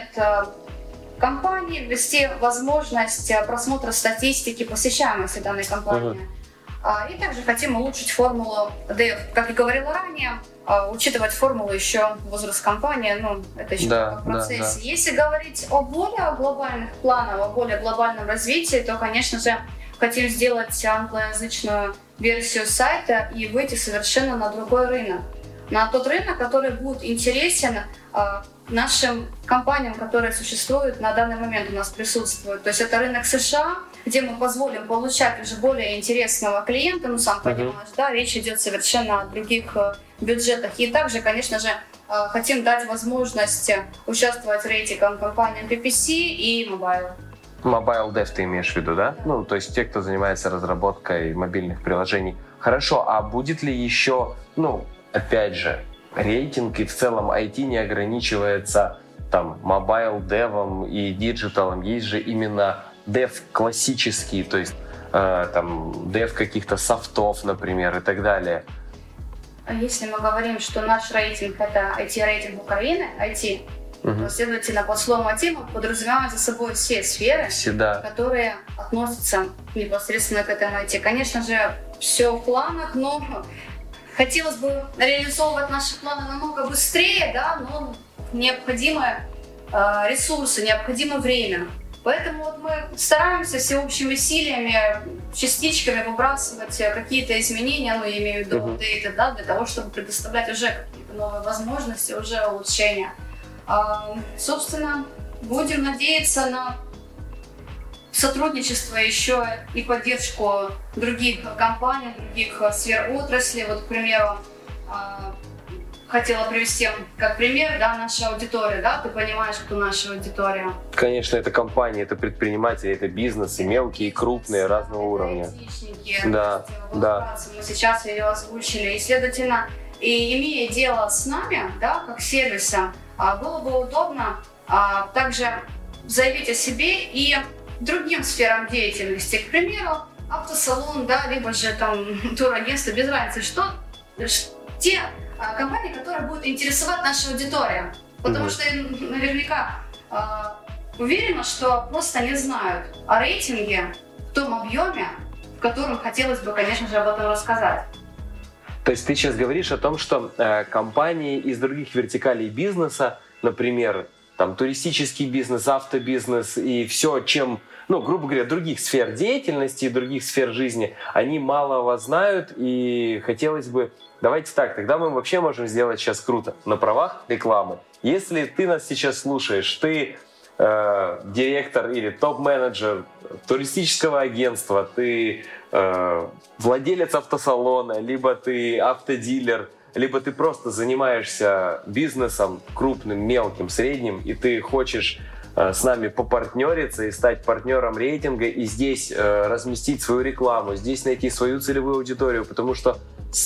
компании, ввести возможность просмотра статистики посещаемости данной компании. И также хотим улучшить формулу DEF. Как и говорила ранее, учитывать формулу еще возраст компании, ну, это еще в процессе. Если говорить о более глобальных планах, о более глобальном развитии, то, конечно же, хотим сделать англоязычную версию сайта и выйти совершенно на другой рынок. На тот рынок, который будет интересен нашим компаниям, которые существуют на данный момент у нас присутствуют. То есть это рынок США, где мы позволим получать уже более интересного клиента, ну сам понимаешь, да, речь идет совершенно о других бюджетах. И также, конечно же, хотим дать возможность участвовать в рейтингах компаниям PPC и Mobile. Mobile Dev ты имеешь в виду, да? Ну, то есть те, кто занимается разработкой мобильных приложений. Хорошо, а будет ли еще, ну, опять же, рейтинг и в целом IT не ограничивается там mobile девом и диджиталом, есть же именно дев классический, то есть там дев каких-то софтов, например, и так далее. Если мы говорим, что наш рейтинг это IT-рейтинг Украины, IT, то, следовательно, под словом IT мы подразумеваем за собой все сферы, которые относятся непосредственно к этому IT. Конечно же, все в планах, но хотелось бы реализовывать наши планы намного быстрее, да, но необходимы ресурсы, необходимо время. Поэтому вот мы стараемся всеобщими усилиями, частичками выбрасывать какие-то изменения, ну, я имею в виду апдейты, да, для того, чтобы предоставлять уже какие-то новые возможности, уже улучшения. Собственно, будем надеяться на сотрудничество еще и поддержку других компаний, других сфер отрасли. Вот, к примеру, хотела привести как пример, да, наша аудитория, да, ты понимаешь, кто наша аудитория? Конечно, это компании, это предприниматели, это бизнесы, мелкие и крупные, разного уровня. Да. Мы сейчас ее озвучили, и, следовательно, и имея дело с нами, да, как сервисом, было бы удобно также заявить о себе и другим сферам деятельности, к примеру, автосалон, да, либо же там турагентство, без разницы, что те компании, которые будут интересовать нашу аудиторию. Потому что я наверняка уверена, что просто не знают о рейтинге в том объеме, в котором хотелось бы, конечно же, об этом рассказать. То есть ты сейчас говоришь о том, что компании из других вертикалей бизнеса, например, там туристический бизнес, автобизнес и все, чем, ну, грубо говоря, других сфер деятельности, других сфер жизни, они мало вас знают, и хотелось бы... Давайте так, тогда мы вообще можем сделать сейчас круто, на правах рекламы. Если ты нас сейчас слушаешь, ты директор или топ-менеджер туристического агентства, ты владелец автосалона, либо ты автодилер, либо ты просто занимаешься бизнесом крупным, мелким, средним, и ты хочешь с нами попартнериться и стать партнером рейтинга, и здесь разместить свою рекламу, здесь найти свою целевую аудиторию, потому что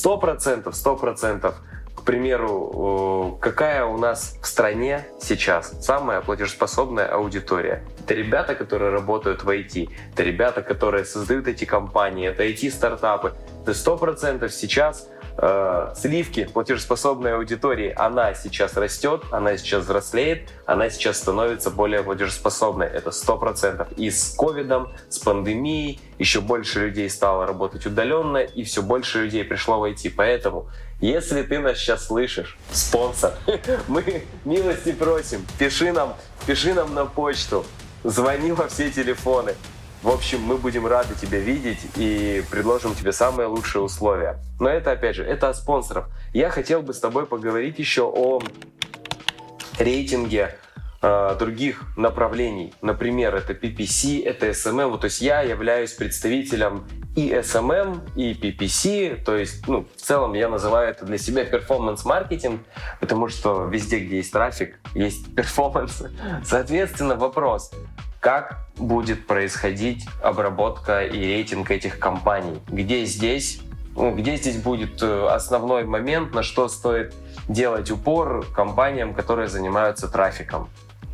100%, к примеру, какая у нас в стране сейчас самая платежеспособная аудитория? Это ребята, которые работают в IT, это ребята, которые создают эти компании, это IT-стартапы. Это 100% сейчас сливки платежеспособной аудитории, она сейчас растет, она сейчас взрослеет, она сейчас становится более платежеспособной. Это 100%. И с ковидом, с пандемией еще больше людей стало работать удаленно, и все больше людей пришло в IT. Поэтому, если ты нас сейчас слышишь, спонсор, мы милости просим, пиши нам на почту, звони во все телефоны. В общем, мы будем рады тебя видеть и предложим тебе самые лучшие условия. Но это, опять же, это от спонсоров. Я хотел бы с тобой поговорить еще о рейтинге других направлений. Например, это PPC, это SMM. То есть я являюсь представителем и SMM, и PPC. То есть, в целом я называю это для себя перформанс-маркетинг, потому что везде, где есть трафик, есть перформанс. Соответственно, вопрос, как будет происходить обработка и рейтинг этих компаний? Где здесь будет основной момент, на что стоит делать упор компаниям, которые занимаются трафиком?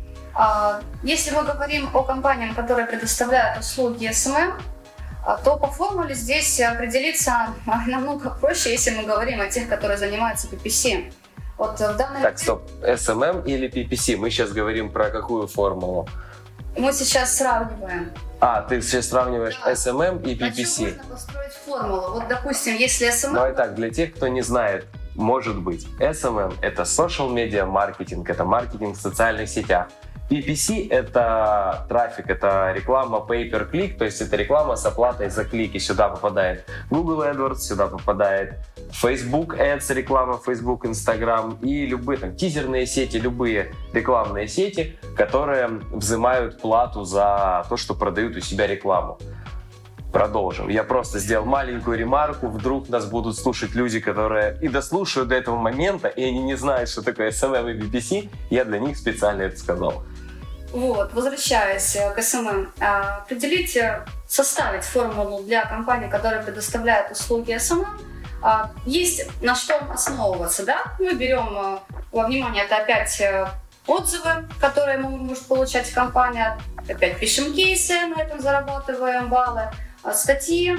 Если мы говорим о компаниях, которые предоставляют услуги SMM, то по формуле здесь определиться намного проще, если мы говорим о тех, которые занимаются PPC. Так, стоп. SMM или PPC? Мы сейчас говорим про какую формулу? Мы сейчас сравниваем. Ты сейчас сравниваешь SMM и PPC. Можно построить формулу. Допустим, если SMM... Давай так, для тех, кто не знает, может быть, SMM — это social media маркетинг, это маркетинг в социальных сетях. PPC — это трафик, это реклама pay-per-click, то есть это реклама с оплатой за клики. Сюда попадает Google AdWords, сюда попадает Facebook Ads, реклама Facebook, Instagram и любые тизерные сети, любые рекламные сети, которые взимают плату за то, что продают у себя рекламу. Продолжим. Я просто сделал маленькую ремарку. Вдруг нас будут слушать люди, которые и дослушают до этого момента, и они не знают, что такое SMM и PPC. Я для них специально это сказал. Возвращаясь к SMM, составить формулу для компаний, которые предоставляют услуги SMM. Есть на что основываться, да? Мы берем во внимание это опять отзывы, которые может получать компания, опять пишем кейсы, на этом зарабатываем баллы, статьи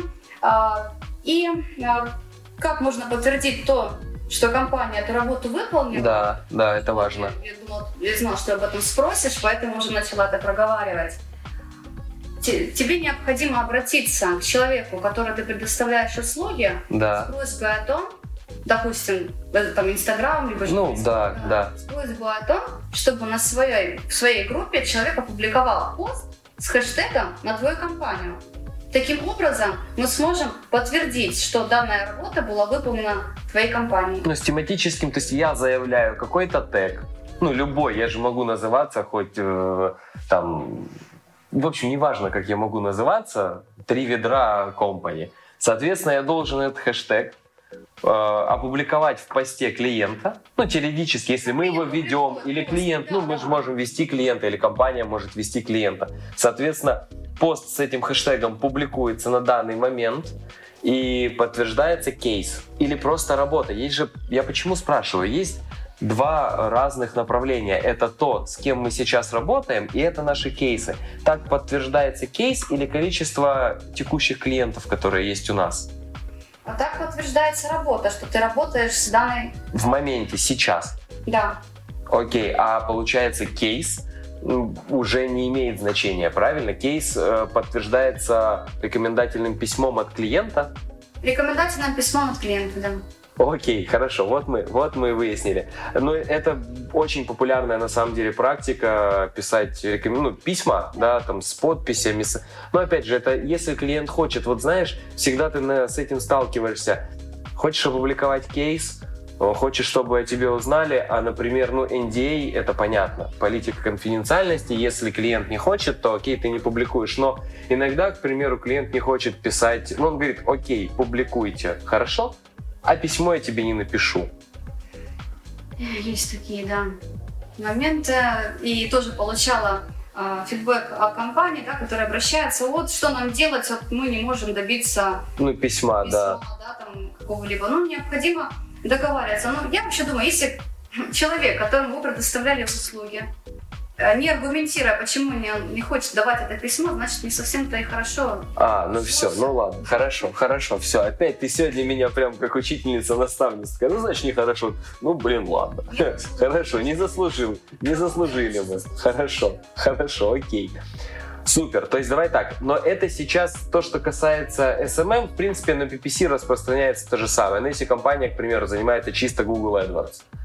и как можно подтвердить то, что компания эту работу выполнила. Да, это важно. Я знала, что об этом спросишь, поэтому уже начала это проговаривать. Тебе необходимо обратиться к человеку, которому ты предоставляешь услуги, с просьбой о том, допустим, Инстаграм, либо же с просьбой о том, чтобы в своей группе человек опубликовал пост с хэштегом на твою компанию. Таким образом, мы сможем подтвердить, что данная работа была выполнена твоей компанией. С тематическим, то есть я заявляю какой-то тег, любой, я же могу называться хоть в общем, неважно, как я могу называться, 3 ведра компании. Соответственно, я должен этот хэштег опубликовать в посте клиента, теоретически, если мы его ведем, или клиент, мы же можем вести клиента, или компания может вести клиента. Соответственно, пост с этим хэштегом публикуется на данный момент и подтверждается кейс или просто работа. Я почему спрашиваю? Есть 2 разных направления. Это то, с кем мы сейчас работаем, и это наши кейсы. Так подтверждается кейс или количество текущих клиентов, которые есть у нас? А так подтверждается работа, что ты работаешь с данной... В моменте, сейчас? Да. Окей, а получается кейс уже не имеет значения, правильно? Кейс подтверждается рекомендательным письмом от клиента? Рекомендательным письмом от клиента, да. Окей, хорошо, вот мы выяснили. Но это очень популярная на самом деле практика писать письма, с подписями. Но опять же, это если клиент хочет, всегда ты с этим сталкиваешься. Хочешь опубликовать кейс, хочешь, чтобы о тебе узнали, а, например, NDA, это понятно, политика конфиденциальности, если клиент не хочет, то окей, ты не публикуешь. Но иногда, к примеру, клиент не хочет писать, он говорит, окей, публикуйте, хорошо? А письмо я тебе не напишу. Есть такие, моменты. И тоже получала фидбэк от компании, которая обращается, что нам делать, мы не можем добиться письма, какого-либо. Необходимо договариваться. Я вообще думаю, если человек, которому вы предоставляли услуги, не аргументируя, почему не хочет давать это письмо, значит, не совсем-то и хорошо. Все, ладно, хорошо, все. Опять ты сегодня меня прям как учительница, наставница. Значит, нехорошо. Ладно. Хорошо, не заслужили мы. Хорошо, окей. Супер, то есть давай так, но это сейчас то, что касается SMM, в принципе, на PPC распространяется то же самое. Но если компания, к примеру, занимается чисто Google AdWords,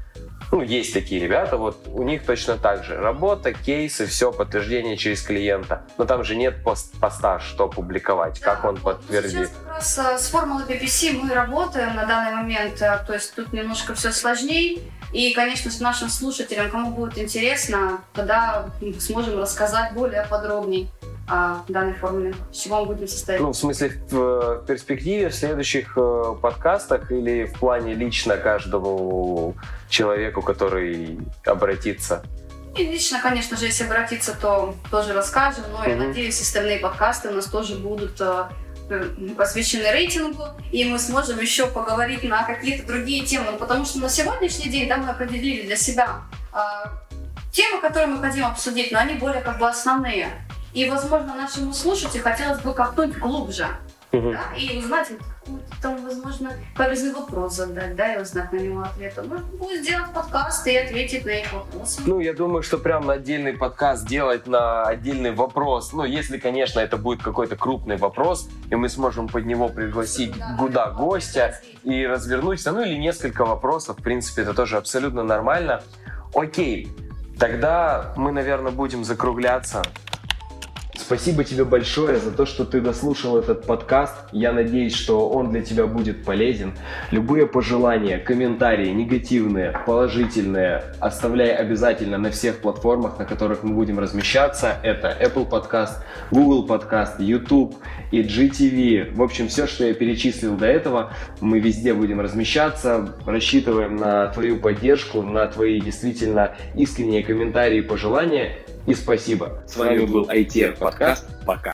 Ну, есть такие ребята, вот у них точно так же. Работа, кейсы, все, подтверждение через клиента. Но там же нет поста, что публиковать, да, как он подтвердит. Сейчас как раз с формулой PPC мы работаем на данный момент, то есть тут немножко все сложнее. И, конечно, с нашим слушателям, кому будет интересно, тогда сможем рассказать более подробнее о данной формуле, с чего мы будем состоять. Ну, в смысле, в перспективе, в следующих подкастах или в плане лично каждому человеку, который обратится? И лично, конечно же, если обратиться, то тоже расскажем, но я надеюсь, остальные подкасты у нас тоже будут посвящены рейтингу, и мы сможем еще поговорить на какие-то другие темы, потому что на сегодняшний день, да, мы определили для себя темы, которые мы хотим обсудить, но они более как бы основные. И, возможно, нашему слушателю хотелось бы копнуть глубже, да, и узнать какой-то там, возможно, полезный вопрос задать, да, и узнать на него ответ. Можно будет сделать подкаст и ответить на их вопросы. Ну, я думаю, что прям на отдельный подкаст делать на отдельный вопрос, ну, если, конечно, это будет какой-то крупный вопрос, и мы сможем под него пригласить гостя и развернуться, ну, или несколько вопросов, в принципе, это тоже абсолютно нормально. Окей, тогда мы, наверное, будем закругляться. Спасибо тебе большое за то, что ты дослушал этот подкаст. Я надеюсь, что он для тебя будет полезен. Любые пожелания, комментарии, негативные, положительные, оставляй обязательно на всех платформах, на которых мы будем размещаться. Это Apple Podcast, Google Podcast, YouTube и GTV. В общем, все, что я перечислил до этого, мы везде будем размещаться. Рассчитываем на твою поддержку, на твои действительно искренние комментарии и пожелания. И спасибо. С вами был ITR подкаст. Пока.